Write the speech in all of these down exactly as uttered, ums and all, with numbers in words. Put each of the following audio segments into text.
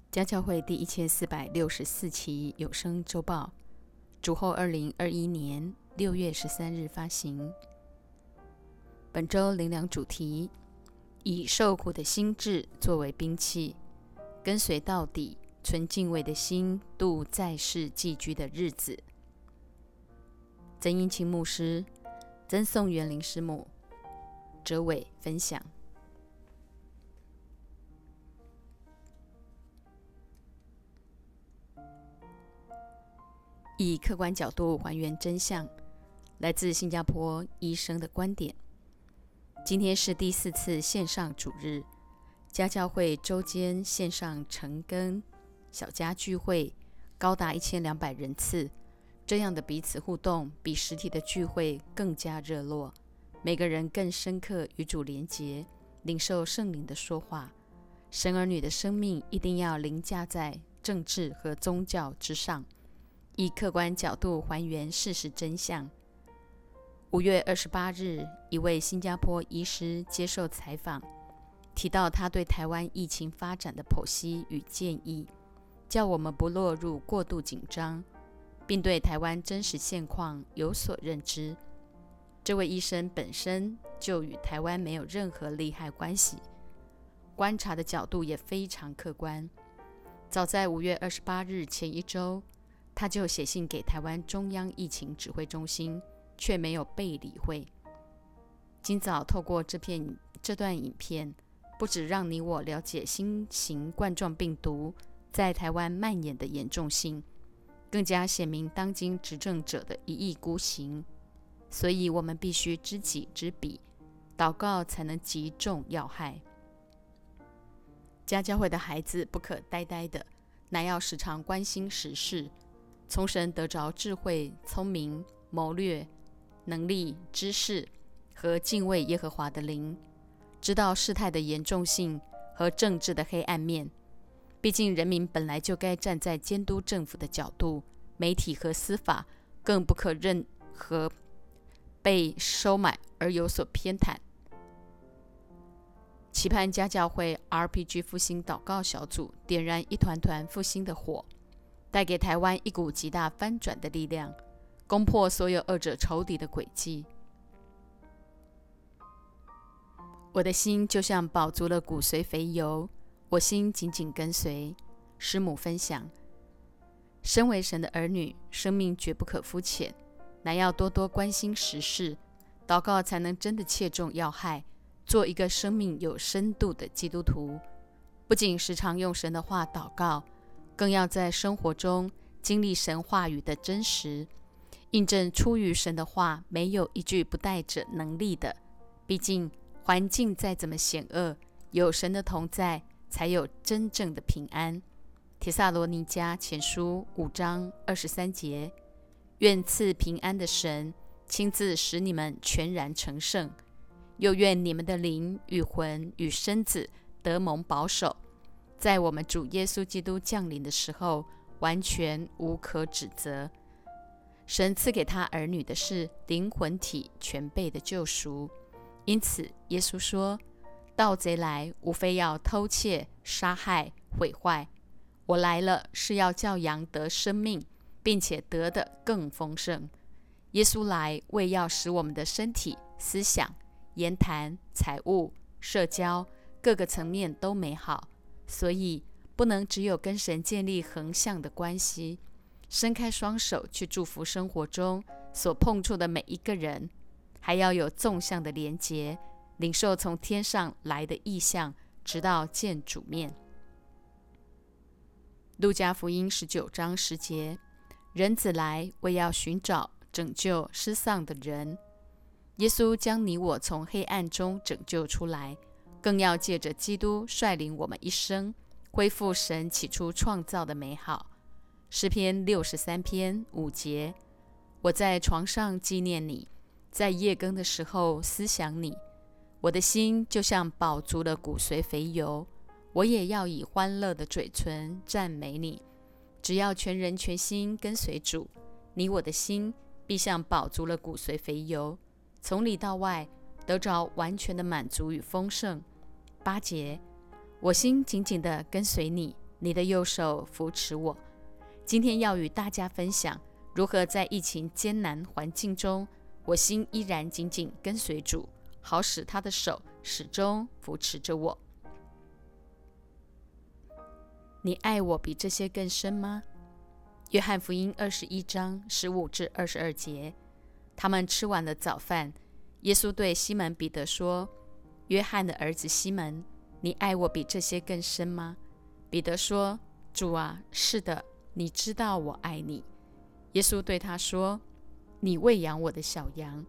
家教会第一千四百六十四期有声周报，主后二零二一年六月十三日发行。本周灵粮主题：以受苦的心志作为兵器，跟随到底，存敬畏的心度在世寄居的日子。曾荫清牧师、曾颂元林师母、哲伟分享。以客观角度还原真相，来自新加坡医生的观点。今天是第四次线上主日，家教会周间线上晨更小家聚会，高达一千两百人次。这样的彼此互动，比实体的聚会更加热络，每个人更深刻与主连结，领受圣灵的说话。神儿女的生命一定要凌驾在政治和宗教之上。以客观角度还原事实真相。五月二十八日，一位新加坡医师接受采访，提到他对台湾疫情发展的剖析与建议，叫我们不落入过度紧张，并对台湾真实现况有所认知。这位医生本身就与台湾没有任何利害关系，观察的角度也非常客观。早在五月二十八日前一周，他就写信给台湾中央疫情指挥中心，却没有被理会。今早透过这片这段影片，不只让你我了解新型冠状病毒在台湾蔓延的严重性，更加显明当今执政者的一意孤行。所以我们必须知己知彼，祷告才能击中要害。家教会的孩子不可呆呆的，乃要时常关心时事，从神得着智慧、聪明、谋略、能力、知识和敬畏耶和华的灵，知道事态的严重性和政治的黑暗面。毕竟人民本来就该站在监督政府的角度，媒体和司法更不可任何被收买而有所偏袒。期盼家教会 R P G 复兴祷告小组点燃一团团复兴的火，带给台湾一股极大翻转的力量，攻破所有恶者仇敌的诡计。我的心就像饱足了骨髓肥油，我心紧紧跟随。师母分享，身为神的儿女，生命绝不可肤浅，乃要多多关心时事，祷告才能真的切中要害，做一个生命有深度的基督徒。不仅时常用神的话祷告，更要在生活中经历神话语的真实，印证出于神的话没有一句不带着能力的。毕竟环境再怎么险恶，有神的同在，才有真正的平安。帖撒罗尼迦前书五章二十三节，愿赐平安的神亲自使你们全然成圣，又愿你们的灵与魂与身子得蒙保守，在我们主耶稣基督降临的时候，完全无可指责。神赐给他儿女的是灵魂体全备的救赎。因此耶稣说，盗贼来无非要偷窃、杀害、毁坏，我来了是要叫羊得生命，并且得的更丰盛。耶稣来为要使我们的身体、思想、言谈、财务、社交各个层面都美好，所以不能只有跟神建立横向的关系，伸开双手去祝福生活中所碰触的每一个人，还要有纵向的连结，领受从天上来的意象，直到见主面。路加福音十九章十节，人子来为要寻找拯救失丧的人。耶稣将你我从黑暗中拯救出来，更要借着基督率领我们一生恢复神起初创造的美好。诗篇六十三篇五节，我在床上纪念你，在夜更的时候思想你，我的心就像饱足了骨髓肥油，我也要以欢乐的嘴唇赞美你。只要全人全心跟随主，你我的心必像饱足了骨髓肥油，从里到外得着完全的满足与丰盛。八节，我心紧紧地跟随你， 你的右手扶持我。今天要与大家分享如何在疫情艰难环境中，我心依然紧紧跟随主，好使他的手始终扶持着我。你爱我比这些更深吗？约翰福音二十一章十五至二十二节。他们吃完了早饭，耶稣对西门彼得说：约翰的儿子西门，你爱我比这些更深吗？彼得说：主啊，是的，你知道我爱你。耶稣对他说：你喂养我的小羊。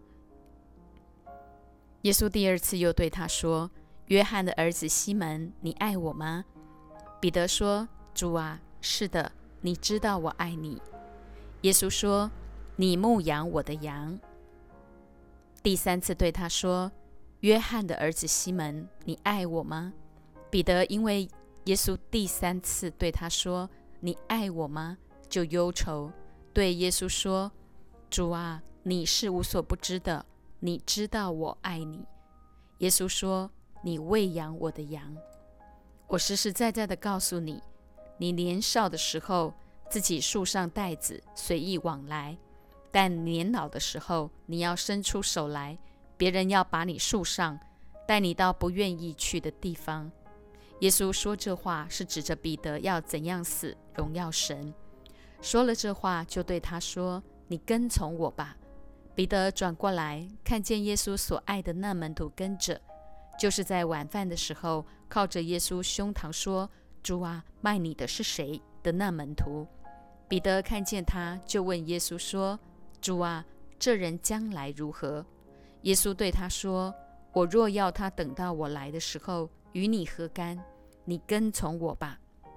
耶稣第二次又对他说：约翰的儿子西门，你爱我吗？彼得说：主啊，是的，你知道我爱你。耶稣说：你牧养我的羊。第三次对他说：约翰的儿子西门，你爱我吗？彼得因为耶稣第三次对他说：你爱我吗？就忧愁，对耶稣说：主啊，你是无所不知的，你知道我爱你。耶稣说：你喂养我的羊。我实实在在的告诉你，你年少的时候自己束上带子，随意往来，但年老的时候，你要伸出手来，别人要把你束上，带你到不愿意去的地方。耶稣说这话是指着彼得要怎样死，荣耀神。说了这话，就对他说：你跟从我吧。彼得转过来，看见耶稣所爱的那门徒跟着，就是在晚饭的时候靠着耶稣胸膛说：主啊，卖你的是谁的那门徒。彼得看见他，就问耶稣说：主啊，这人将来如何？耶稣对他说：我若要他等到我来的时候与你何干？你跟从我吧。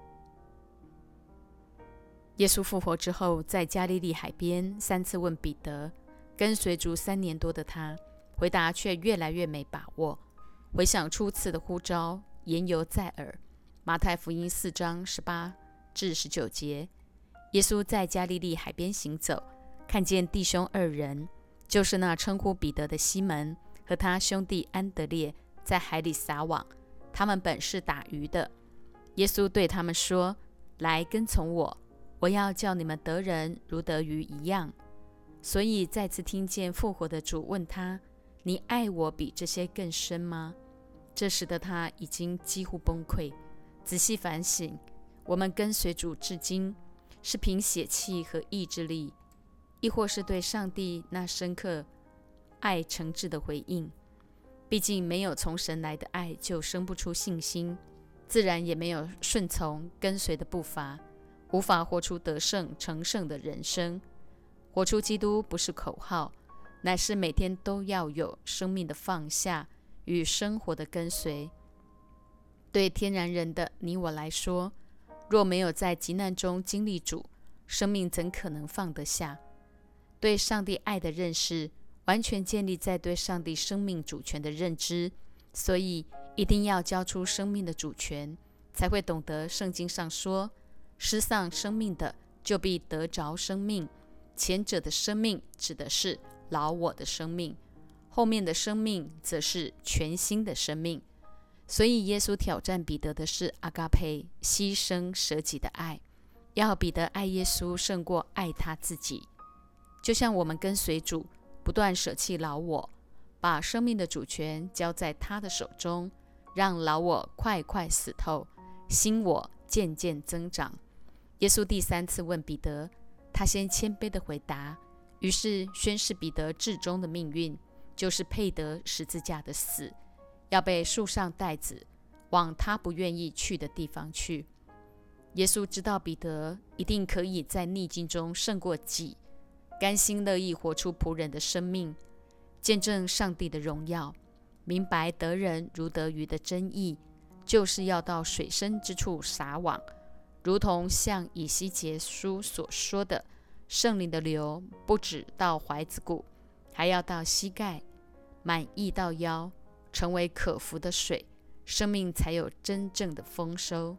耶稣复活之后，在加利利海边三次问彼得，跟随主三年多的他，回答却越来越没把握。回想初次的呼召，言犹在耳。马太福音四章十八至十九节，耶稣在加利利海边行走，看见弟兄二人，就是那称呼彼得的西门和他兄弟安德烈，在海里撒网，他们本是打鱼的。耶稣对他们说：来跟从我，我要叫你们得人如得鱼一样。所以再次听见复活的主问他：你爱我比这些更深吗？这时的他已经几乎崩溃。仔细反省，我们跟随主至今，是凭血气和意志力，亦或是对上帝那深刻爱诚挚的回应。毕竟没有从神来的爱，就生不出信心，自然也没有顺从跟随的步伐，无法活出得胜成圣的人生。活出基督不是口号，乃是每天都要有生命的放下与生活的跟随。对天然人的你我来说，若没有在急难中经历主，生命怎可能放得下？对上帝爱的认识完全建立在对上帝生命主权的认知，所以一定要交出生命的主权，才会懂得圣经上说：失丧生命的，就必得着生命。前者的生命指的是老我的生命，后面的生命则是全新的生命。所以耶稣挑战彼得的是阿嘎培，牺牲舍己的爱，要彼得爱耶稣胜过爱他自己。就像我们跟随主，不断舍弃老我，把生命的主权交在他的手中，让老我快快死透，新我渐渐增长。耶稣第三次问彼得，他先谦卑地回答，于是宣示彼得至终的命运，就是配得十字架的死，要被束上带子，往他不愿意去的地方去。耶稣知道彼得一定可以在逆境中胜过己，甘心乐意活出仆人的生命，见证上帝的荣耀，明白得人如得鱼的真意，就是要到水深之处撒网，如同像以西结书所说的，圣灵的流不只到怀子骨，还要到膝盖，满溢到腰，成为可服的水，生命才有真正的丰收。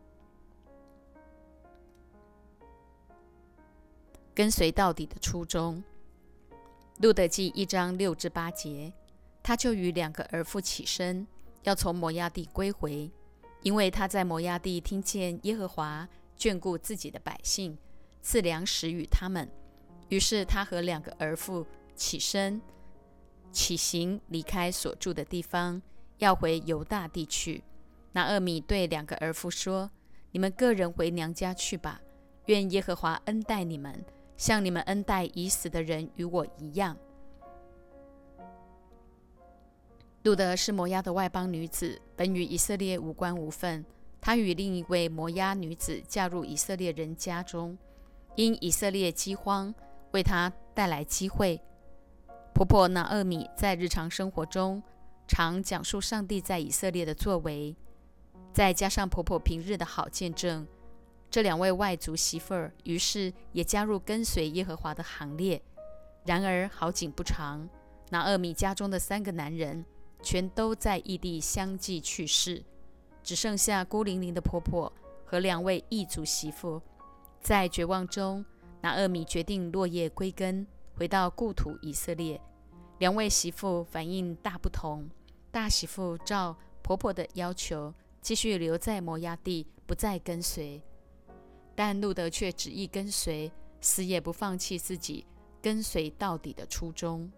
跟随到底的初衷。路得记一章六至八节，他就与两个儿妇起身，要从摩押地归回，因为他在摩押地听见耶和华眷顾自己的百姓，赐粮食与他们。于是他和两个儿妇起身起行，离开所住的地方，要回犹大地去。拿俄米对两个儿妇说：你们个人回娘家去吧，愿耶和华恩待你们，像你们恩待已死的人与我一样。路得是摩押的外邦女子，本与以色列无关无分。她与另一位摩押女子嫁入以色列人家中，因以色列饥荒为她带来机会。婆婆拿俄米在日常生活中常讲述上帝在以色列的作为，再加上婆婆平日的好见证，这两位外族媳妇儿于是也加入跟随耶和华的行列。然而好景不长，拿俄米家中的三个男人全都在异地相继去世，只剩下孤零零的婆婆和两位异族媳妇。在绝望中，拿俄米决定落叶归根，回到故土以色列。两位媳妇反应大不同，大媳妇照婆婆的要求继续留在摩押地，不再跟随，但路得却执意跟随，死也不放弃自己跟随到底的初衷。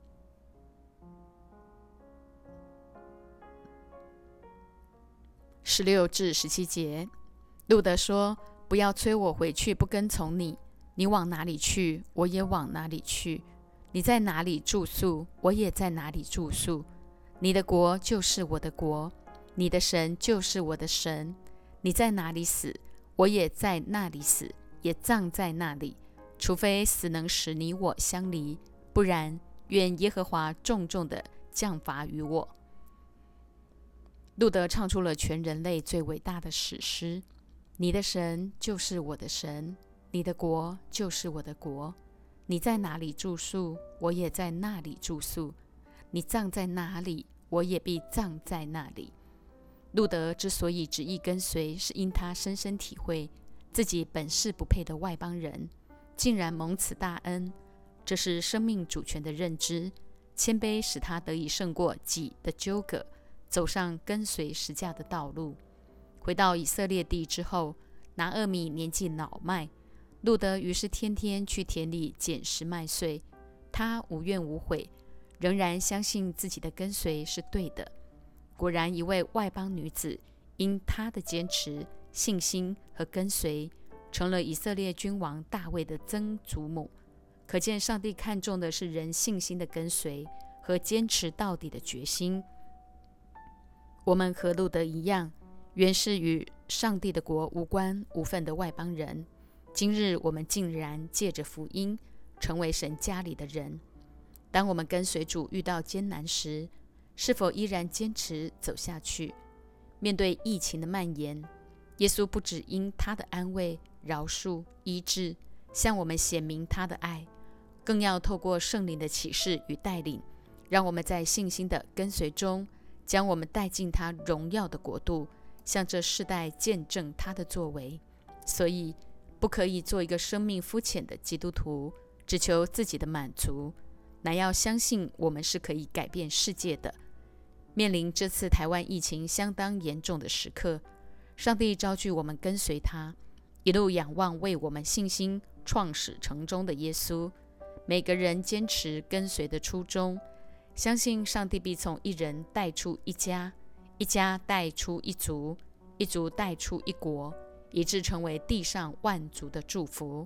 十六至十七节，路得说：不要催我回去，不跟从你。你往哪里去，我也往哪里去；你在哪里住宿，我也在哪里住宿。你的国就是我的国，你的神就是我的神。你在哪里死，我也在那里死，也葬在那里。除非死能使你我相离，不然愿耶和华重重的降罚于我。路得唱出了全人类最伟大的史诗：你的神就是我的神，你的国就是我的国。你在哪里住宿，我也在那里住宿；你葬在哪里，我也必葬在那里。路得之所以执意跟随，是因他深深体会自己本是不配的外邦人，竟然蒙此大恩。这是生命主权的认知，谦卑使他得以胜过己的纠葛，走上跟随十架的道路。回到以色列地之后，拿俄米年纪老迈，路得于是天天去田里捡拾麦穗。他无怨无悔，仍然相信自己的跟随是对的。果然，一位外邦女子因她的坚持、信心和跟随，成了以色列君王大卫的曾祖母。可见上帝看重的是人信心的跟随和坚持到底的决心。我们和路得一样，原是与上帝的国无关无分的外邦人，今日我们竟然借着福音成为神家里的人。当我们跟随主遇到艰难时，是否依然坚持走下去？面对疫情的蔓延，耶稣不只因他的安慰、饶恕、医治向我们显明他的爱，更要透过圣灵的启示与带领，让我们在信心的跟随中，将我们带进他荣耀的国度，向这世代见证他的作为。所以不可以做一个生命肤浅的基督徒，只求自己的满足，乃要相信我们是可以改变世界的。面临这次台湾疫情相当严重的时刻，上帝召聚我们跟随他，一路仰望为我们信心创始成终的耶稣。每个人坚持跟随的初衷，相信上帝必从一人带出一家，一家带出一族，一族带出一国，以致成为地上万族的祝福。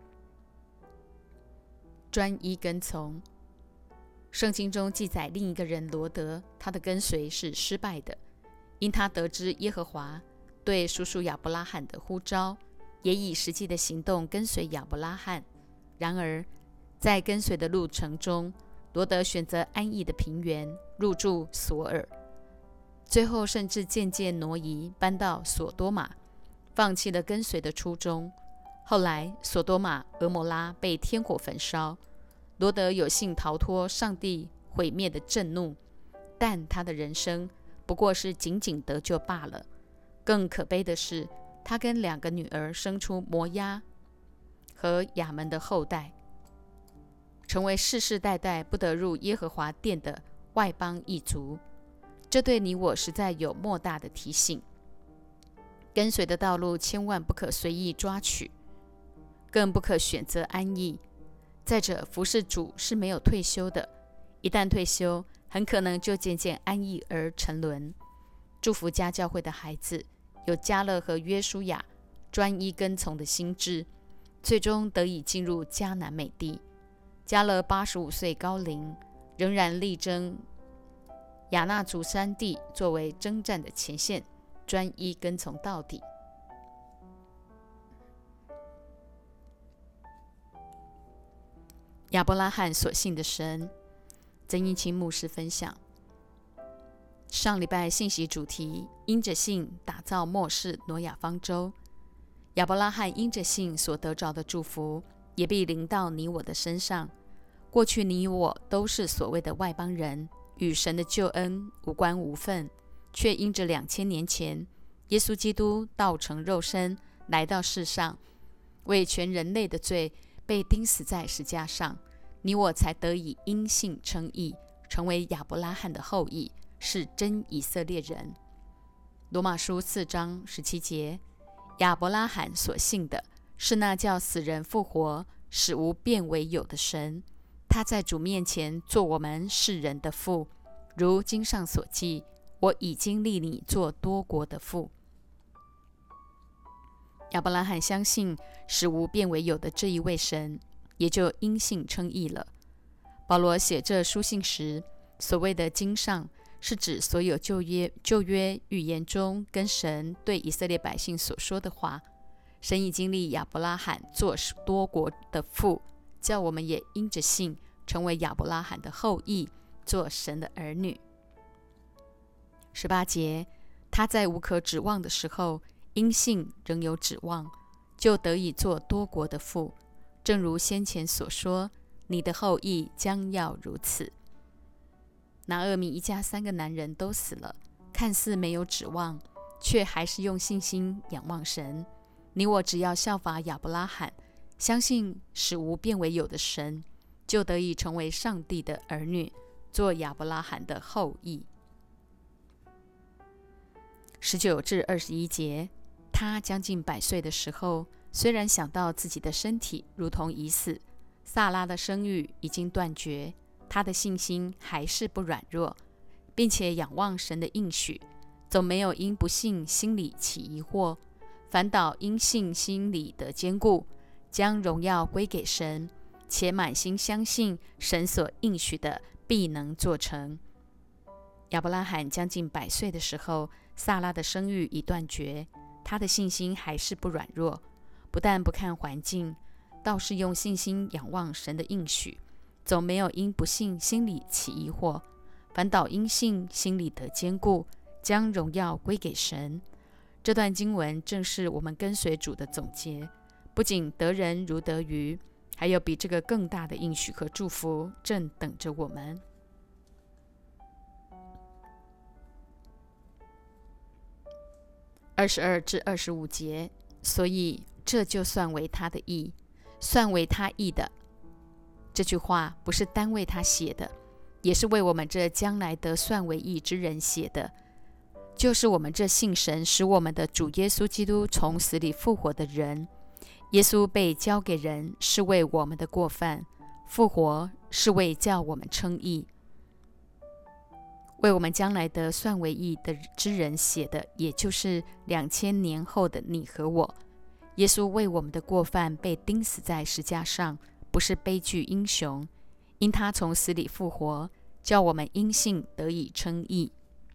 专一跟从。圣经中记载另一个人罗德，他的跟随是失败的，因他得知耶和华对叔叔亚伯拉罕的呼召，也以实际的行动跟随亚伯拉罕。然而在跟随的路程中，罗德选择安逸的平原，入住索尔，最后甚至渐渐挪移，搬到索多玛，放弃了跟随的初衷。后来索多玛、俄摩拉被天火焚烧，罗德有幸逃脱上帝毁灭的震怒，但他的人生不过是仅仅得救罢了。更可悲的是，他跟两个女儿生出摩押和亚门的后代，成为世世代代不得入耶和华殿的外邦异族。这对你我实在有莫大的提醒。 跟随的道路千万不可随意抓取，更不可选择安逸。再者，服侍主是没有退休的，一旦退休，很可能就渐渐安逸而沉沦。祝福家教会的孩子有迦勒和约书亚专一跟从的心志，最终得以进入迦南美地。迦勒八十五岁高龄，仍然力争亚衲族山地作为征战的前线，专一跟从到底。亚伯拉罕所信的神，曾荫清牧师分享。上礼拜信息主题，因着信打造末世挪亚方舟。亚伯拉罕因着信所得着的祝福，也必临到你我的身上。过去你我都是所谓的外邦人，与神的救恩无关无分，却因着两千年前耶稣基督道成肉身来到世上，为全人类的罪被钉死在十架上，你我才得以因信称义，成为亚伯拉罕的后裔，是真以色列人。罗马书四章十七节，亚伯拉罕所信的是那叫死人复活，使无变为有的神。他在主面前做我们世人的父，如经上所记，我已经立你做多国的父。亚伯拉罕相信使无变为有的这一位神，也就因信称义了。保罗写这书信时，所谓的经上是指所有旧约旧约预言中跟神对以色列百姓所说的话。神已经立亚伯拉罕做多国的父，叫我们也因着信成为亚伯拉罕的后裔，做神的儿女。十八节，他在无可指望的时候，因信仍有指望，就得以做多国的父。正如先前所说，你的后裔将要如此。拿俄米一家三个男人都死了，看似没有指望，却还是用信心仰望神。你我只要效法亚伯拉罕，相信使无变为有的神，就得以成为上帝的儿女，做亚伯拉罕的后裔。十九至二十一节，他将近百岁的时候，虽然想到自己的身体如同已死，撒拉的生育已经断绝，他的信心还是不软弱，并且仰望神的应许，总没有因不信心里起疑惑，反倒因信心里的坚固，将荣耀归给神，且满心相信神所应许的必能做成。亚伯拉罕将近百岁的时候，撒拉的生育已断绝，他的信心还是不软弱，不但不看环境，倒是用信心仰望神的应许，总没有因不信心里起疑惑，反倒因信心里的坚固，将荣耀归给神。这段经文正是我们跟随主的总结，不仅得人如得鱼，还有比这个更大的应许和祝福正等着我们。二十二至二十五节，所以这就算为他的义，算为他义的。这句话不是单为他写的，也是为我们这将来得算为义之人写的，就是我们这信神使我们的主耶稣基督从死里复活的人。耶稣被交给人，是为我们的过犯；复活是为叫我们称义。为我们将来得算为义的之人写的，也就是两千年后的你和我。耶稣为我们的过犯被钉死在十架上，不是悲剧英雄，因他从死里复活，叫我们因信得以称义。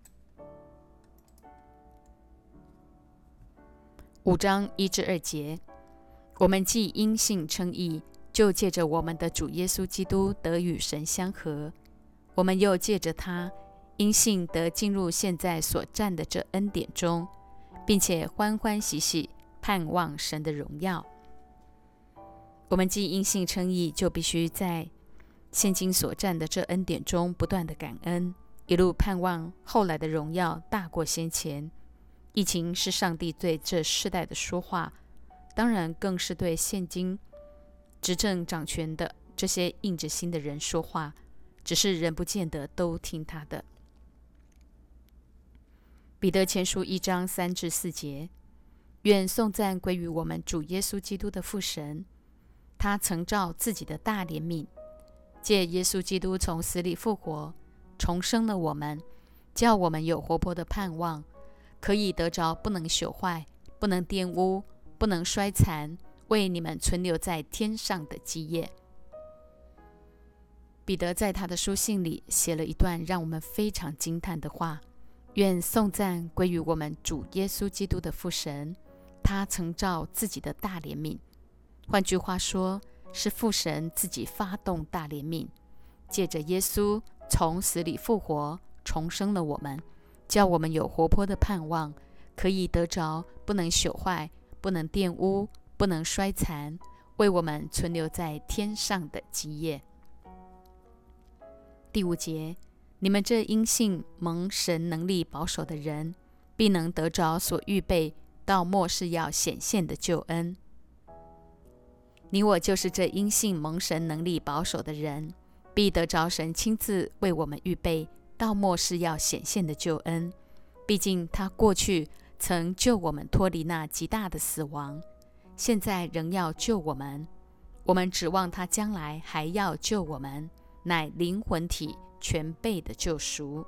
五章一至二节，我们既因信称义，就借着我们的主耶稣基督得与神相合。我们又借着他，因信得进入现在所占的这恩典中，并且欢欢喜喜盼望神的荣耀。我们既因信称义，就必须在现今所占的这恩典中不断的感恩，一路盼望后来的荣耀大过先前。疫情是上帝对这世代的说话，当然更是对现今执政掌权的这些硬着心的人说话，只是人不见得都听他的。彼得前书一章三至四节， 愿颂赞归于我们主耶稣基督的父神，他曾照自己的大怜悯，借耶稣基督从死里复活，重生了我们，叫我们有活泼的盼望，可以得着不能朽坏、不能玷污、不能衰残，为你们存留在天上的基业。彼得在他的书信里写了一段让我们非常惊叹的话：愿颂赞归于我们主耶稣基督的父神，他曾照自己的大怜悯。换句话说，是父神自己发动大怜悯，借着耶稣从死里复活，重生了我们，叫我们有活泼的盼望，可以得着不能朽坏、不能玷污、不能衰残，为我们存留在天上的基业。第五节，你们这因信蒙神能力保守的人，必能得着所预备到末世要显现的救恩。你我就是这因信蒙神能力保守的人，必得着神亲自为我们预备到末世要显现的救恩。毕竟他过去曾救我们脱离那极大的死亡，现在仍要救我们。我们指望他将来还要救我们，乃灵魂体全备的救赎。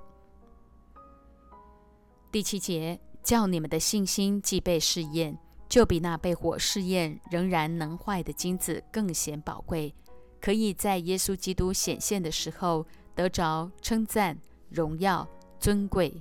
第七节，叫你们的信心既被试验，就比那被火试验仍然能坏的金子更显宝贵，可以在耶稣基督显现的时候得着称赞、荣耀、尊贵。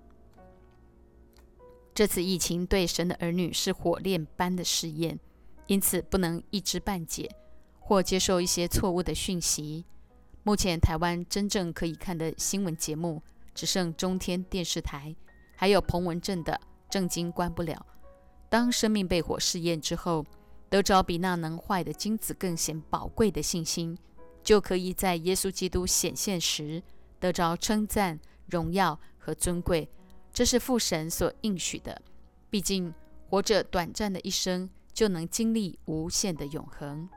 这次疫情对神的儿女是火炼般的试验，因此不能一知半解，或接受一些错误的讯息。目前台湾真正可以看的新闻节目只剩中天电视台，还有彭文正的正经关不了。当生命被火试验之后，得着比那能坏的金子更显宝贵的信心，就可以在耶稣基督显现时得着称赞、荣耀和尊贵。这是父神所应许的。毕竟活着短暂的一生，就能经历无限的永恒。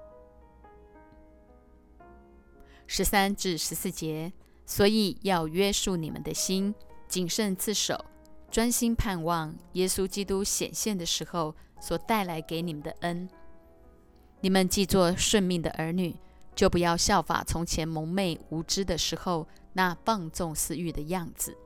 十三至十四节，所以要约束你们的心，谨慎自守，专心盼望耶稣基督显现的时候所带来给你们的恩。你们既做顺命的儿女，就不要效法从前蒙昧无知的时候那放纵私欲的样子。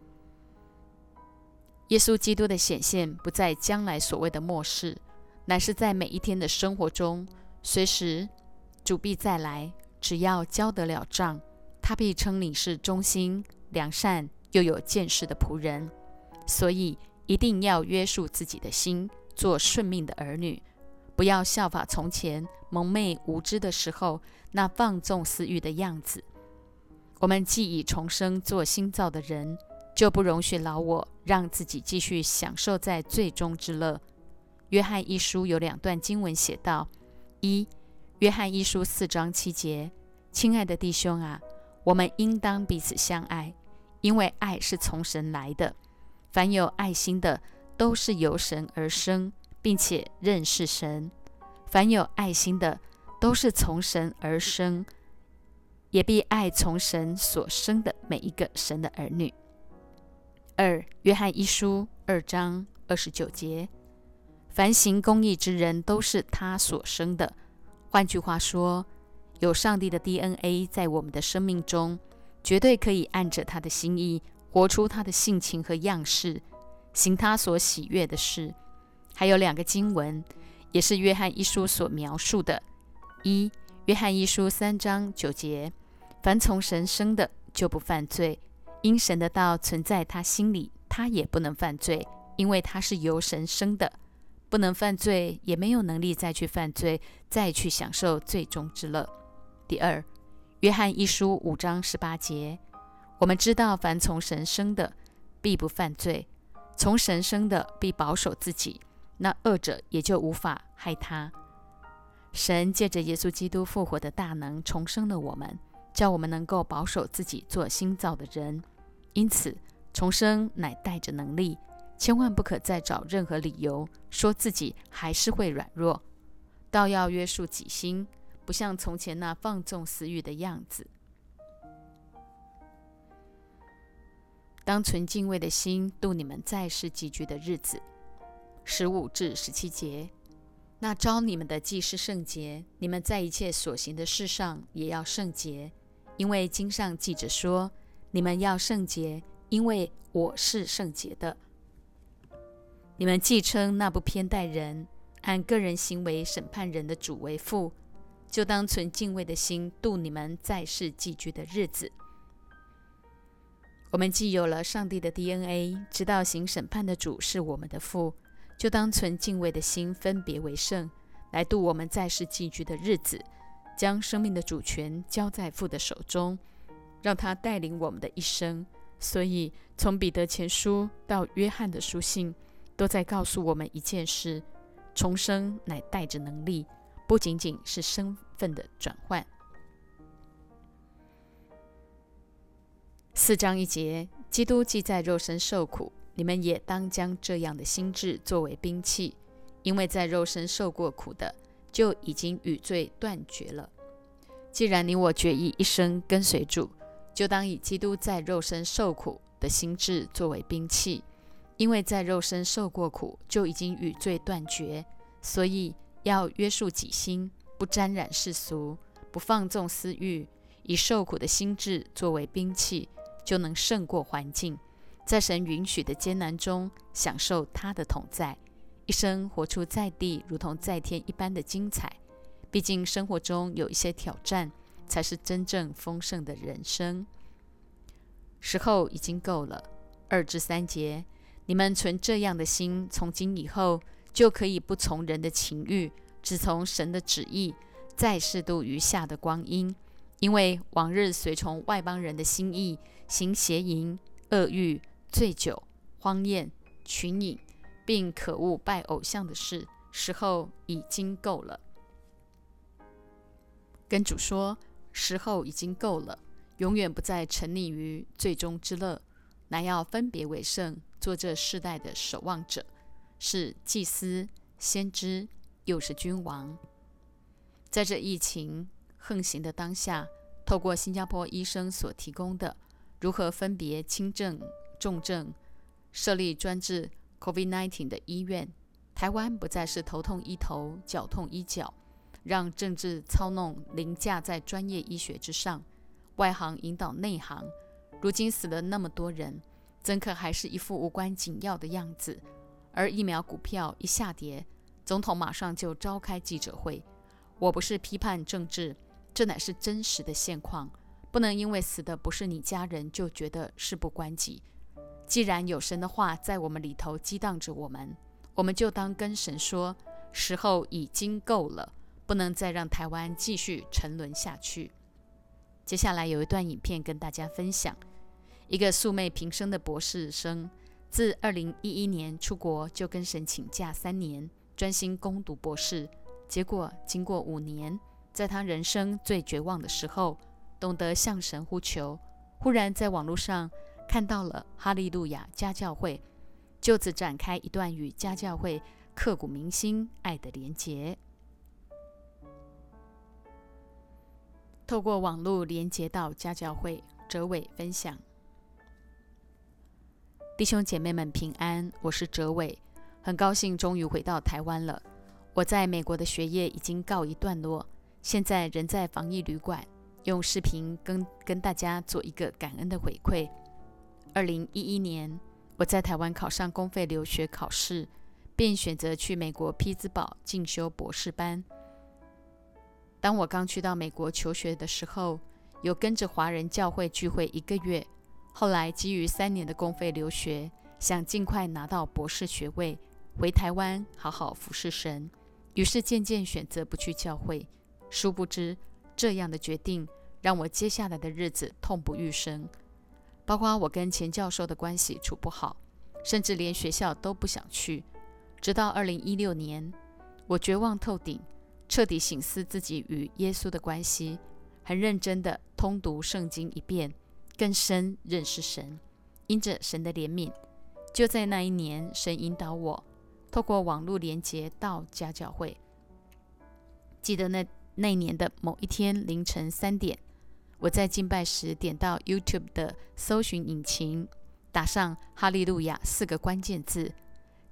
耶稣基督的显现不在将来所谓的末世，乃是在每一天的生活中，随时主必再来。只要交得了账，他必称你是忠心、良善又有见识的仆人。所以一定要约束自己的心，做顺命的儿女，不要效法从前蒙昧无知的时候那放纵私欲的样子。我们既已重生做新造的人，就不容许老我让自己继续享受在罪中之乐。约翰一书有两段经文写道：一、约翰一书四章七节，亲爱的弟兄啊，我们应当彼此相爱，因为爱是从神来的。凡有爱心的，都是由神而生，并且认识神。凡有爱心的，都是从神而生，也必爱从神所生的每一个神的儿女。二、约翰一书二章二十九节，凡行公义之人，都是他所生的。换句话说，有上帝的 D N A 在我们的生命中，绝对可以按着他的心意活出他的性情和样式，行他所喜悦的事。还有两个经文也是约翰一书所描述的：一、约翰一书三章九节，凡从神生的就不犯罪，因神的道存在他心里，他也不能犯罪，因为他是由神生的。不能犯罪，也没有能力再去犯罪，再去享受罪中之乐。第二，约翰一书五章十八节，我们知道凡从神生的必不犯罪，从神生的必保守自己，那恶者也就无法害他。神借着耶稣基督复活的大能重生了我们，叫我们能够保守自己做新造的人。因此重生乃带着能力，千万不可再找任何理由说自己还是会软弱，倒要约束己心，不像从前那放纵私欲的样子。当存敬畏的心度你们在世寄居的日子。 十五至十七节。那召你们的既是圣洁，你们在一切所行的事上也要圣洁，因为经上记着说，你们要圣洁，因为我是圣洁的。你们既称那不偏待人，按个人行为审判人的主为父，就当存敬畏的心度你们在世寄居的日子。我们既有了上帝的 D N A， 知道行审判的主是我们的父，就当存敬畏的心分别为圣，来度我们在世寄居的日子，将生命的主权交在父的手中，让他带领我们的一生。所以从彼得前书到约翰的书信，都在告诉我们一件事：重生乃带着能力，不仅仅是身份的转换。四章一节，基督既在肉身受苦，你们也当将这样的心志作为兵器，因为在肉身受过苦的，就已经与罪断绝了。既然你我决意一生跟随主，就当以基督在肉身受苦的心志作为兵器，因为在肉身受过苦，就已经与罪断绝。所以要约束己心，不沾染世俗，不放纵私欲，以受苦的心志作为兵器，就能胜过环境，在神允许的艰难中享受他的同在，一生活出在地如同在天一般的精彩。毕竟生活中有一些挑战，才是真正丰盛的人生。时候已经够了。二至三节，你们存这样的心，从今以后就可以不从人的情欲，只从神的旨意，再适度余下的光阴。因为往日随从外邦人的心意，行邪淫、恶欲、醉酒、荒宴、群饮，并可恶拜偶像的事，时候已经够了。跟主说，时候已经够了，永远不再沉溺于罪中之乐，乃要分别为圣，做这世代的守望者，是祭司、先知，又是君王。在这疫情横行的当下，透过新加坡医生所提供的如何分别轻症、重症，设立专治 COVID 十九 的医院，台湾不再是头痛医头、脚痛医脚，让政治操弄凌驾在专业医学之上，外行引导内行。如今死了那么多人，怎可还是一副无关紧要的样子？而疫苗股票一下跌，总统马上就召开记者会。我不是批判政治，这乃是真实的现况，不能因为死的不是你家人就觉得事不关己。既然有神的话在我们里头激荡着我们，我们就当跟神说，时候已经够了，不能再让台湾继续沉沦下去。接下来有一段影片跟大家分享，一个素昧平生的博士生，自二零一一年出国就跟神请假三年，专心攻读博士。结果经过五年，在他人生最绝望的时候，懂得向神呼求，忽然在网络上看到了哈利路亚家教会，就此展开一段与家教会刻骨铭心爱的连结。透过网络连结到家教会，哲伟分享。弟兄姐妹们平安，我是哲伟，很高兴终于回到台湾了。我在美国的学业已经告一段落，现在人在防疫旅馆，用视频跟跟大家做一个感恩的回馈。二零一一年，我在台湾考上公费留学考试，并选择去美国匹兹堡进修博士班。当我刚去到美国求学的时候，有跟着华人教会聚会一个月，后来基于三年的公费留学，想尽快拿到博士学位，回台湾好好服侍神，于是渐渐选择不去教会。殊不知，这样的决定让我接下来的日子痛不欲生，包括我跟前教授的关系处不好，甚至连学校都不想去。直到二零一六年，我绝望透顶，彻底省思自己与耶稣的关系，很认真地通读圣经一遍，更深认识神。因着神的怜悯，就在那一年，神引导我透过网络连结到家教会。记得那那年的某一天凌晨三点，我在敬拜时点到 YouTube 的搜寻引擎，打上哈利路亚四个关键字，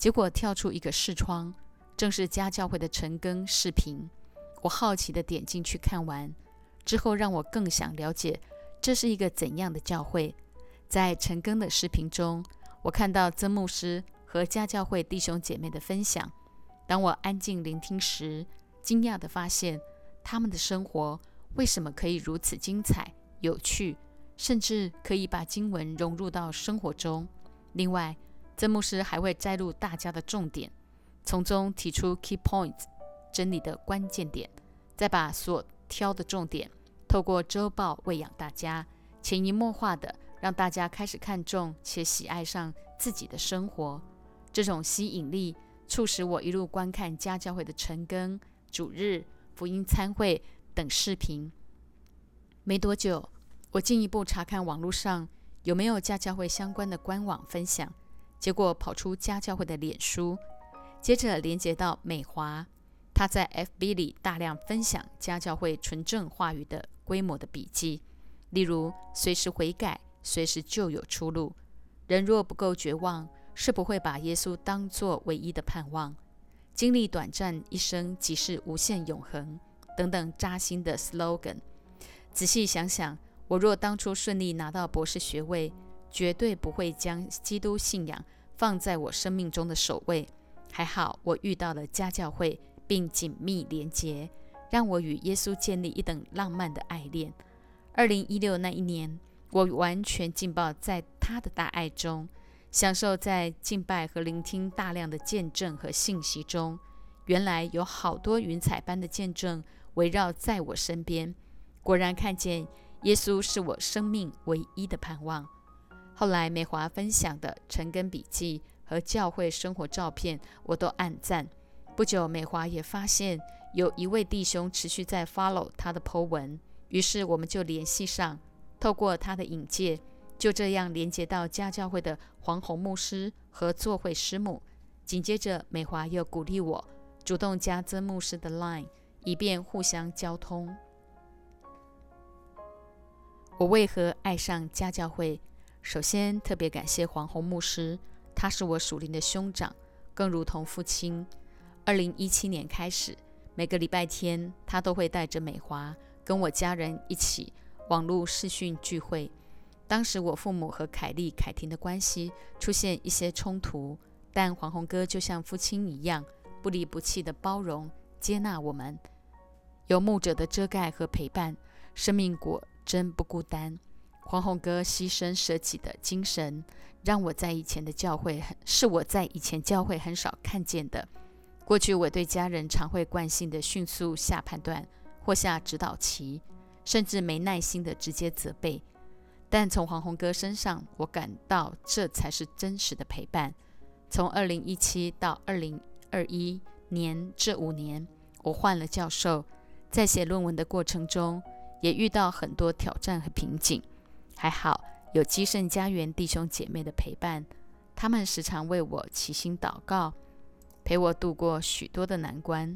结果跳出一个视窗，正是家教会的晨更视频。我好奇地点进去看完，之后让我更想了解这是一个怎样的教会。在晨更的视频中，我看到曾牧师和家教会弟兄姐妹的分享。当我安静聆听时，惊讶地发现他们的生活为什么可以如此精彩、有趣，甚至可以把经文融入到生活中。另外，曾牧师还会摘录大家的重点，从中提出 key points 真理的关键点，再把所挑的重点透过周报喂养大家，潜移默化的让大家开始看重且喜爱上自己的生活。这种吸引力促使我一路观看家教会的晨更、主日、福音餐会等视频。没多久，我进一步查看网络上有没有家教会相关的官网分享，结果跑出家教会的脸书，接着连接到美华，他在 F B 里大量分享家教会纯正话语的规模的笔记，例如随时悔改，随时就有出路，人若不够绝望，是不会把耶稣当作唯一的盼望，经历短暂一生即是无限永恒等等扎心的 slogan。 仔细想想，我若当初顺利拿到博士学位，绝对不会将基督信仰放在我生命中的首位。还好我遇到了家教会，并紧密连结，让我与耶稣建立一等浪漫的爱恋。二零一六那一年，我完全浸泡在他的大爱中，享受在敬拜和聆听大量的见证和信息中。原来有好多云彩般的见证围绕在我身边，果然看见耶稣是我生命唯一的盼望。后来美华分享的晨更笔记和教会生活照片，我都按赞。不久，美华也发现有一位弟兄持续在 follow 他的 po 文，于是我们就联系上，透过他的引介，就这样连接到家教会的黄宏牧师和作会师母。紧接着，美华又鼓励我主动加曾牧师的 line， 以便互相交通。我为何爱上家教会？首先，特别感谢黄宏牧师，他是我属灵的兄长，更如同父亲。二零一七年开始，每个礼拜天，他都会带着美华跟我家人一起网络视讯聚会。当时我父母和凯莉、凯婷的关系出现一些冲突，但黄宏哥就像父亲一样，不离不弃的包容、接纳我们。有牧者的遮盖和陪伴，生命果真不孤单。黄宏哥牺牲舍己的精神，让我在以前的教会是我在以前教会很少看见的。过去我对家人常会惯性的迅速下判断或下指导棋，甚至没耐心的直接责备。但从黄宏哥身上，我感到这才是真实的陪伴。从二零一七到二零二一年这五年，我换了教授，在写论文的过程中，也遇到很多挑战和瓶颈。还好有基圣家园弟兄姐妹的陪伴，他们时常为我齐心祷告，陪我度过许多的难关。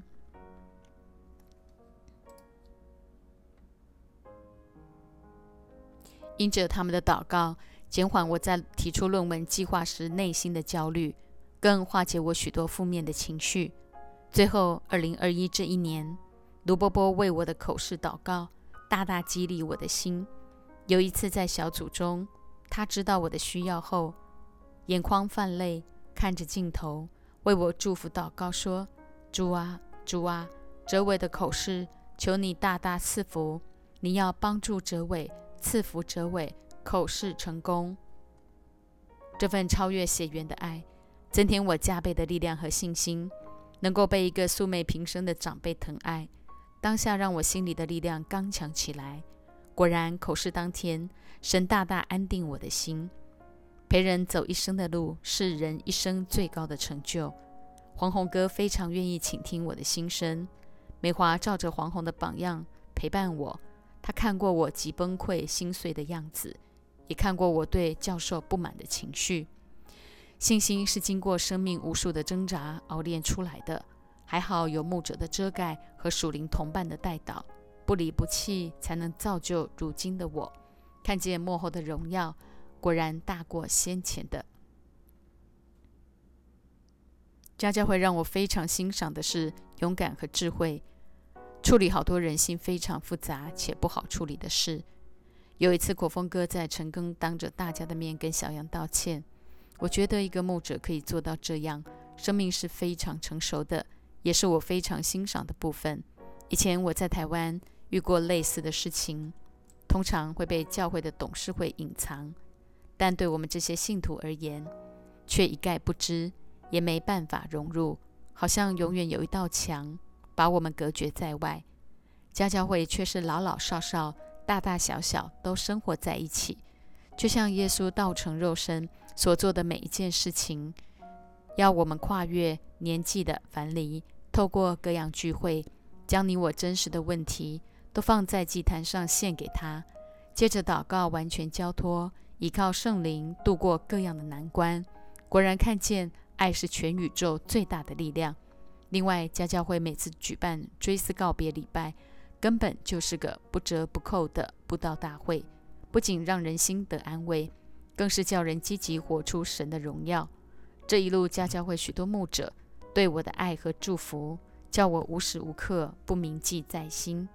因着他们的祷告，减缓我在提出论文计划时内心的焦虑，更化解我许多负面的情绪。最后二零二一这一年，卢波波为我的口试祷告，大大激励我的心。有一次在小组中，他知道我的需要后，眼眶泛泪，看着镜头为我祝福祷告说：主啊主啊，哲伟的口试，求你大大赐福，你要帮助哲伟，赐福哲伟，口试成功。这份超越血缘的爱，增添我加倍的力量和信心，能够被一个素昧平生的长辈疼爱，当下让我心里的力量刚强起来。果然口试当天，神大大安定我的心。陪人走一生的路，是人一生最高的成就。黄宏哥非常愿意倾听我的心声，美华照着黄宏的榜样陪伴我。他看过我极崩溃心碎的样子，也看过我对教授不满的情绪。信心是经过生命无数的挣扎熬炼出来的，还好有牧者的遮盖和属灵同伴的带导，不离不弃，才能造就如今的我。看见幕后的荣耀，果然大过先前的。 家教会让我非常欣赏的是勇敢和智慧，处理好多人性非常复杂且不好处理的事。有一次国峰哥在陈庚当着大家的面跟小杨道歉，我觉得一个牧者可以做到这样，生命是非常成熟的，也是我非常欣赏的部分。以前我在台湾遇过类似的事情，通常会被教会的董事会隐藏，但对我们这些信徒而言，却一概不知，也没办法融入，好像永远有一道墙把我们隔绝在外。家教会却是老老少少、大大小小都生活在一起，就像耶稣道成肉身所做的每一件事情，要我们跨越年纪的樊篱，透过各样聚会，将你我真实的问题都放在祭坛上献给他，接着祷告，完全交托，依靠圣灵度过各样的难关。果然看见爱是全宇宙最大的力量。另外，家教会每次举办追思告别礼拜，根本就是个不折不扣的布道大会，不仅让人心得安慰，更是叫人积极活出神的荣耀。这一路家教会许多牧者对我的爱和祝福，叫我无时无刻不铭记在心。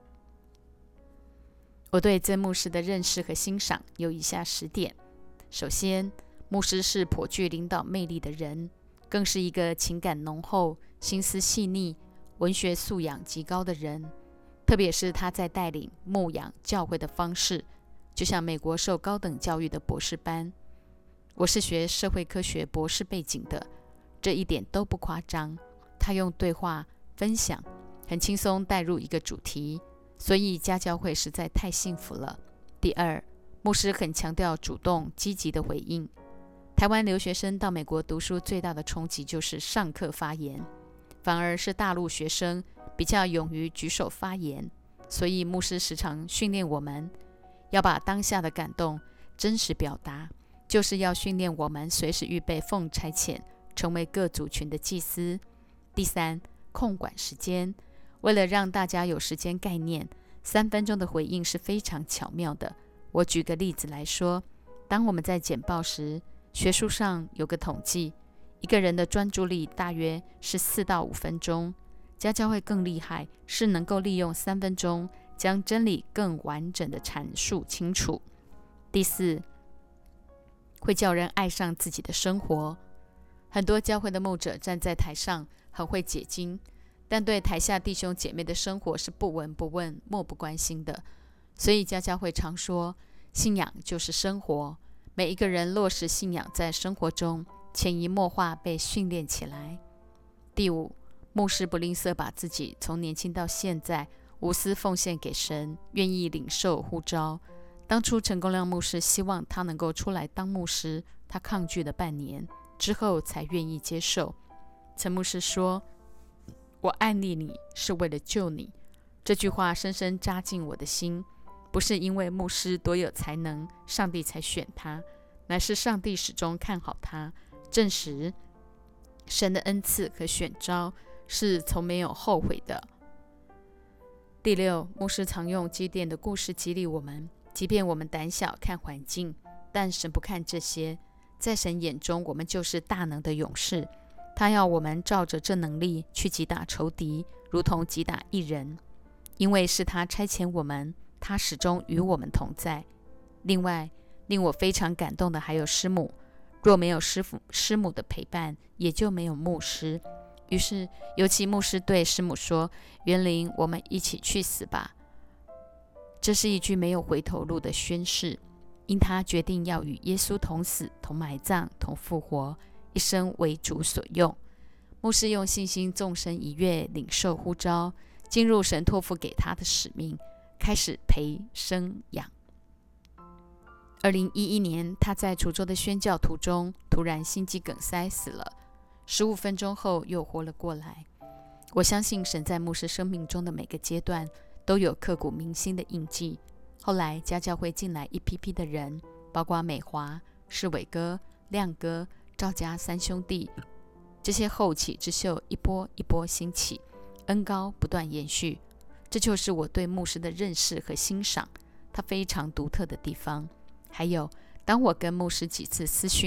我对曾牧师的认识和欣赏有以下十点。首先，牧师是颇具领导魅力的人，更是一个情感浓厚、心思细腻、文学素养极高的人。特别是他在带领牧养教会的方式，就像美国受高等教育的博士班。我是学社会科学博士背景的，这一点都不夸张。他用对话分享，很轻松带入一个主题，所以家教会实在太幸福了。第二，牧师很强调主动积极的回应。台湾留学生到美国读书最大的冲击就是上课发言，反而是大陆学生比较勇于举手发言，所以牧师时常训练我们要把当下的感动真实表达，就是要训练我们随时预备奉差遣，成为各族群的祭司。第三，控管时间，为了让大家有时间概念，三分钟的回应是非常巧妙的。我举个例子来说，当我们在简报时，学术上有个统计，一个人的专注力大约是四到五分钟。家教会更厉害，是能够利用三分钟将真理更完整的阐述清楚。第四，会叫人爱上自己的生活。很多教会的牧者站在台上很会解经，但对台下弟兄姐妹的生活是不闻不问、漠不关心的。所以家教会常说，信仰就是生活，每一个人落实信仰在生活中，潜移默化被训练起来。第五，牧师不吝啬把自己从年轻到现在无私奉献给神，愿意领受呼召。当初陈公亮牧师希望他能够出来当牧师，他抗拒了半年之后才愿意接受。陈牧师说，我爱你你是为了救你，这句话深深扎进我的心。不是因为牧师多有才能，上帝才选他，乃是上帝始终看好他，证实神的恩赐和选召是从没有后悔的。第六，牧师常用基甸的故事激励我们，即便我们胆小看环境，但神不看这些，在神眼中我们就是大能的勇士，他要我们照着这能力去击打仇敌，如同击打一人，因为是他差遣我们，他始终与我们同在。另外，令我非常感动的还有师母，若没有师父师母的陪伴，也就没有牧师。于是尤其牧师对师母说，元玲，我们一起去死吧。这是一句没有回头路的宣誓，因他决定要与耶稣同死、同埋葬、同复活，一生为主所用。牧师用信心纵身一跃，领受呼召，进入神托付给他的使命，开始陪生养。二零一一年，他在滁州的宣教途中突然心肌梗塞死了，十五分钟后又活了过来。我相信神在牧师生命中的每个阶段都有刻骨铭心的印记。后来家教会进来一批批的人，包括美华、世伟哥、亮哥、赵家三兄弟，这些后起之秀一波一波兴起，恩膏不断延续。这就是我对牧师的认识和欣赏，他非常独特的地方。还有，当我跟牧师几次私讯，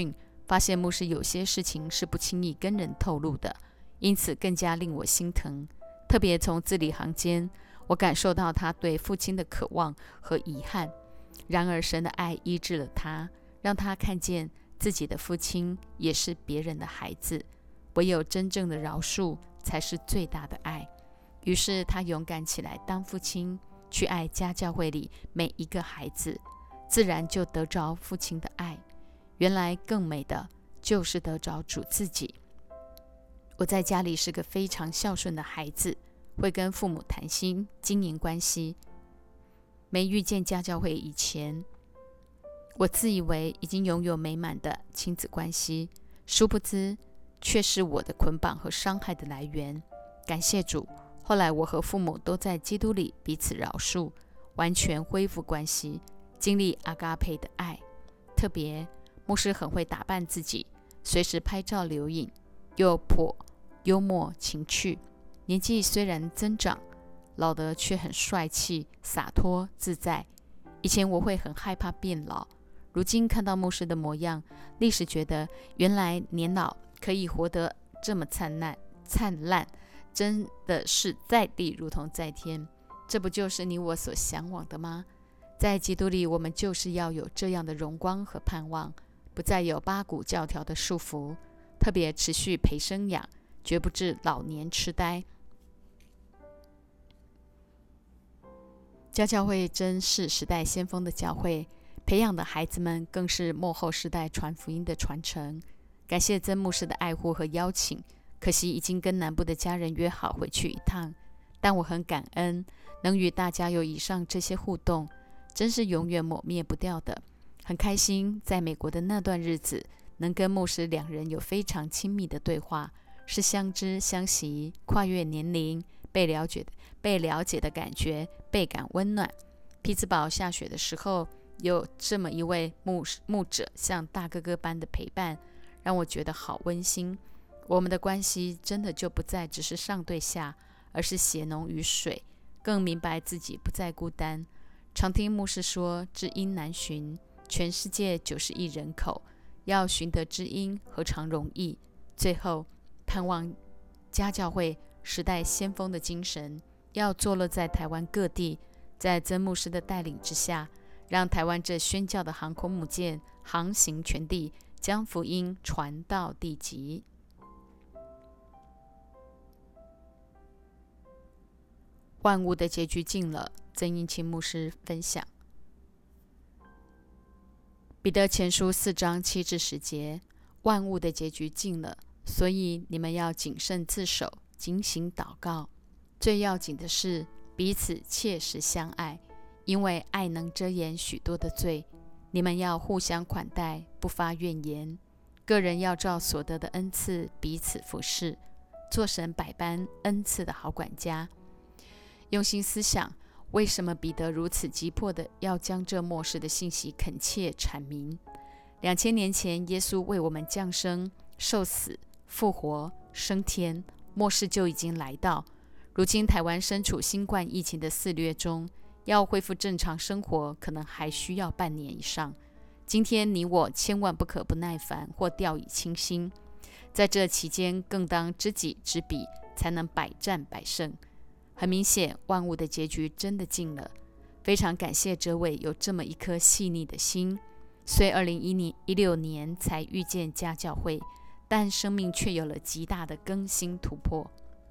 发现牧师有些事情是不轻易跟人透露的，因此更加令我心疼。特别从字里行间，我感受到他对父亲的渴望和遗憾。然而神的爱医治了他，让他看见自己的父亲也是别人的孩子，唯有真正的饶恕才是最大的爱。于是他勇敢起来当父亲，去爱家教会里每一个孩子，自然就得着父亲的爱。原来更美的就是得着主自己。我在家里是个非常孝顺的孩子，会跟父母谈心，经营关系。没遇见家教会以前，我自以为已经拥有美满的亲子关系，殊不知却是我的捆绑和伤害的来源。感谢主，后来我和父母都在基督里彼此饶恕，完全恢复关系，经历阿嘎培的爱。特别牧师很会打扮自己，随时拍照留影，又颇幽默情趣。年纪虽然增长，老得却很帅气、洒脱自在。以前我会很害怕变老，如今看到牧师的模样，立时觉得原来年老可以活得这么灿烂灿烂，真的是在地如同在天。这不就是你我所向往的吗？在基督里，我们就是要有这样的荣光和盼望，不再有八股教条的束缚，特别持续陪生养，绝不致老年痴呆。家教会真是时代先锋的教会，培养的孩子们更是末后世代传福音的传承。感谢曾牧师的爱护和邀请，可惜已经跟南部的家人约好回去一趟，但我很感恩能与大家有以上这些互动，真是永远抹灭不掉的。很开心在美国的那段日子，能跟牧师两人有非常亲密的对话，是相知相惜，跨越年龄，被了解的被了解的感觉，倍感温暖。匹兹堡下雪的时候，有这么一位 牧, 牧者像大哥哥般的陪伴，让我觉得好温馨。我们的关系真的就不再只是上对下，而是血浓于水，更明白自己不再孤单。常听牧师说，知音难寻，全世界九十亿人口，要寻得知音何尝容易？最后盼望家教会时代先锋的精神要坐落在台湾各地，在曾牧师的带领之下，让台湾这宣教的航空母舰航行全地，将福音传到地极。万物的结局近了，曾荫清牧师分享。彼得前书四章七至十节，万物的结局近了，所以你们要谨慎自守，警醒祷告。最要紧的是彼此切实相爱，因为爱能遮掩许多的罪。你们要互相款待，不发怨言。个人要照所得的恩赐彼此服侍，做神百般恩赐的好管家。用心思想，为什么彼得如此急迫的要将这末世的信息恳切阐明？两千年前，耶稣为我们降生、受死、复活、升天，末世就已经来到。如今台湾身处新冠疫情的肆虐中，要恢复正常生活，可能还需要半年以上。今天你我千万不可不耐烦或掉以轻心，在这期间更当知己知彼，才能百战百胜。很明显，万物的结局真的近了。非常感谢这位有这么一颗细腻的心，虽二零一六年才遇见家教会，但生命却有了极大的更新突破。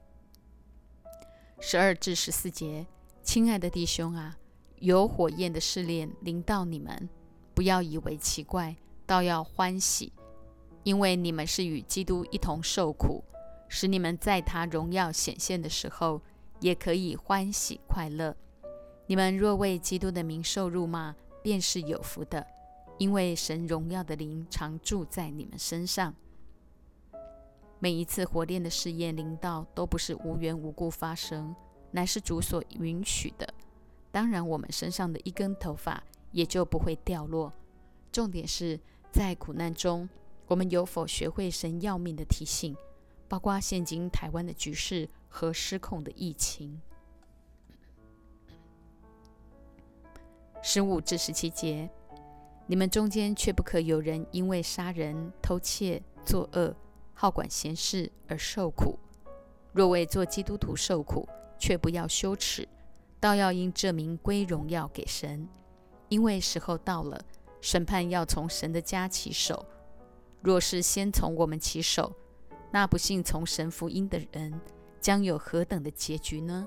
十二至十四节，亲爱的弟兄啊，有火焰的试炼临到你们，不要以为奇怪，倒要欢喜，因为你们是与基督一同受苦，使你们在他荣耀显现的时候，也可以欢喜快乐。你们若为基督的名受辱骂，便是有福的，因为神荣耀的灵常住在你们身上。每一次火炼的试验临到，都不是无缘无故发生，乃是主所允许的。当然，我们身上的一根头发也就不会掉落。重点是在苦难中，我们有否学会神要命的提醒，包括现今台湾的局势和失控的疫情。十五至十七节， 你们中间却不可有人因为杀人、偷窃、作恶、好管闲事而受苦。若为做基督徒受苦，却不要羞耻，倒要因这名归荣耀给神。因为时候到了，审判要从神的家起手。若是先从我们起手，那不信从神福音的人将有何等的结局呢？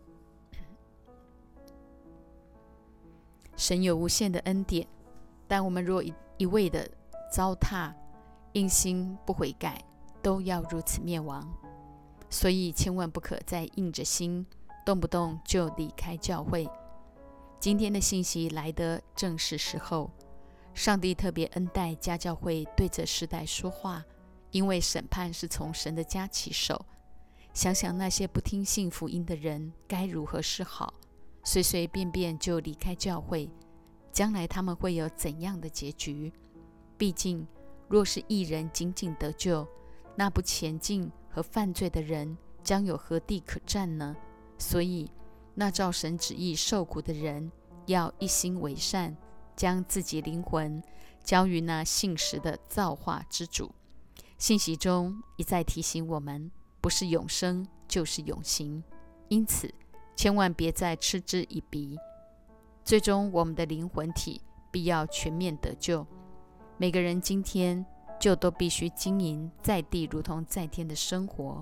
神有无限的恩典，但我们若一味的糟蹋，硬心不悔改，都要如此灭亡。所以千万不可再硬着心，动不动就离开教会。今天的信息来得正是时候，上帝特别恩待家教会对这世代说话，因为审判是从神的家起手。想想那些不听信福音的人该如何是好，随随便便就离开教会，将来他们会有怎样的结局？毕竟若是义人仅仅得救，那不前进和犯罪的人将有何地可站呢？所以那照神旨意受苦的人要一心为善，将自己灵魂交于那信实的造化之主。信息中一再提醒我们，不是永生就是永刑，因此千万别再嗤之以鼻。最终我们的灵魂体必要全面得救。每个人今天就都必须经营在地如同在天的生活。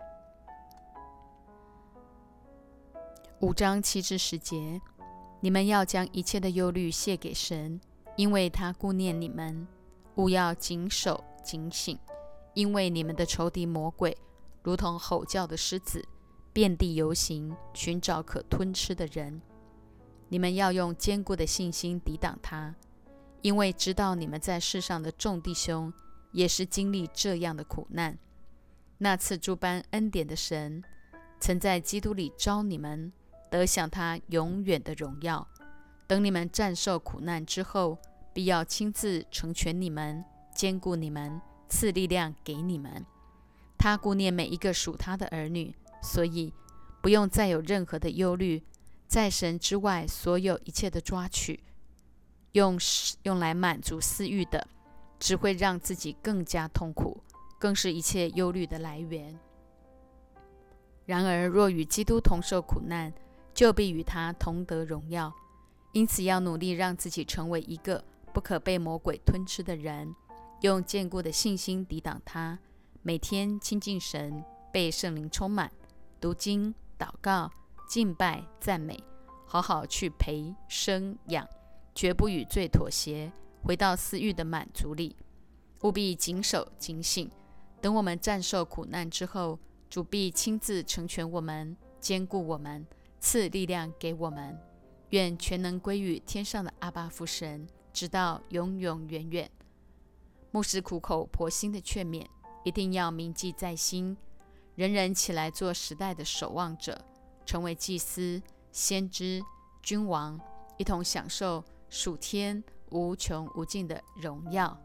五章七至十节，你们要将一切的忧虑卸给神，因为他顾念你们。务要谨守警醒，因为你们的仇敌魔鬼如同吼叫的狮子，遍地游行，寻找可吞吃的人。你们要用坚固的信心抵挡他，因为知道你们在世上的众弟兄也是经历这样的苦难。那赐诸般恩典的神，曾在基督里召你们，得享他永远的荣耀。等你们战胜苦难之后，必要亲自成全你们，坚固你们，赐力量给你们。他顾念每一个属他的儿女，所以不用再有任何的忧虑。在神之外所有一切的抓取，用用来满足私欲的，只会让自己更加痛苦，更是一切忧虑的来源。然而若与基督同受苦难，就必与他同得荣耀。因此要努力让自己成为一个不可被魔鬼吞吃的人，用坚固的信心抵挡他，每天亲近神，被圣灵充满，读经、祷告、敬拜、赞美，好好去培生养，绝不与罪妥协，回到私欲的满足里。务必谨守警醒，等我们战胜苦难之后，主必亲自成全我们，坚固我们，赐力量给我们。愿全能归于天上的阿爸父神，直到永永远远。牧师苦口婆心的劝勉，一定要铭记在心，人人起来做时代的守望者，成为祭司、先知、君王，一同享受属天无穷无尽的荣耀。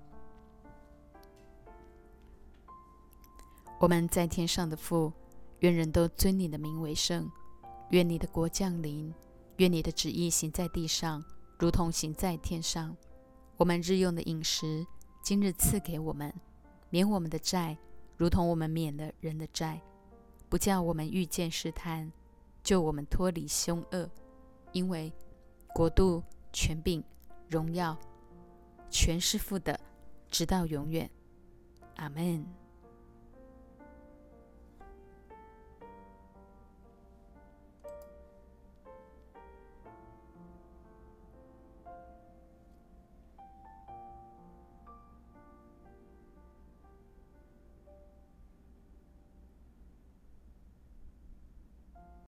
我们在天上的父，愿人都尊你的名为圣。愿你的国降临，愿你的旨意行在地上，如同行在天上。我们日用的饮食，今日赐给我们，免我们的债，如同我们免了人的债，不叫我们遇见试探，救我们脱离凶恶。因为国度、权柄、荣耀，全是父的，直到永远。阿们。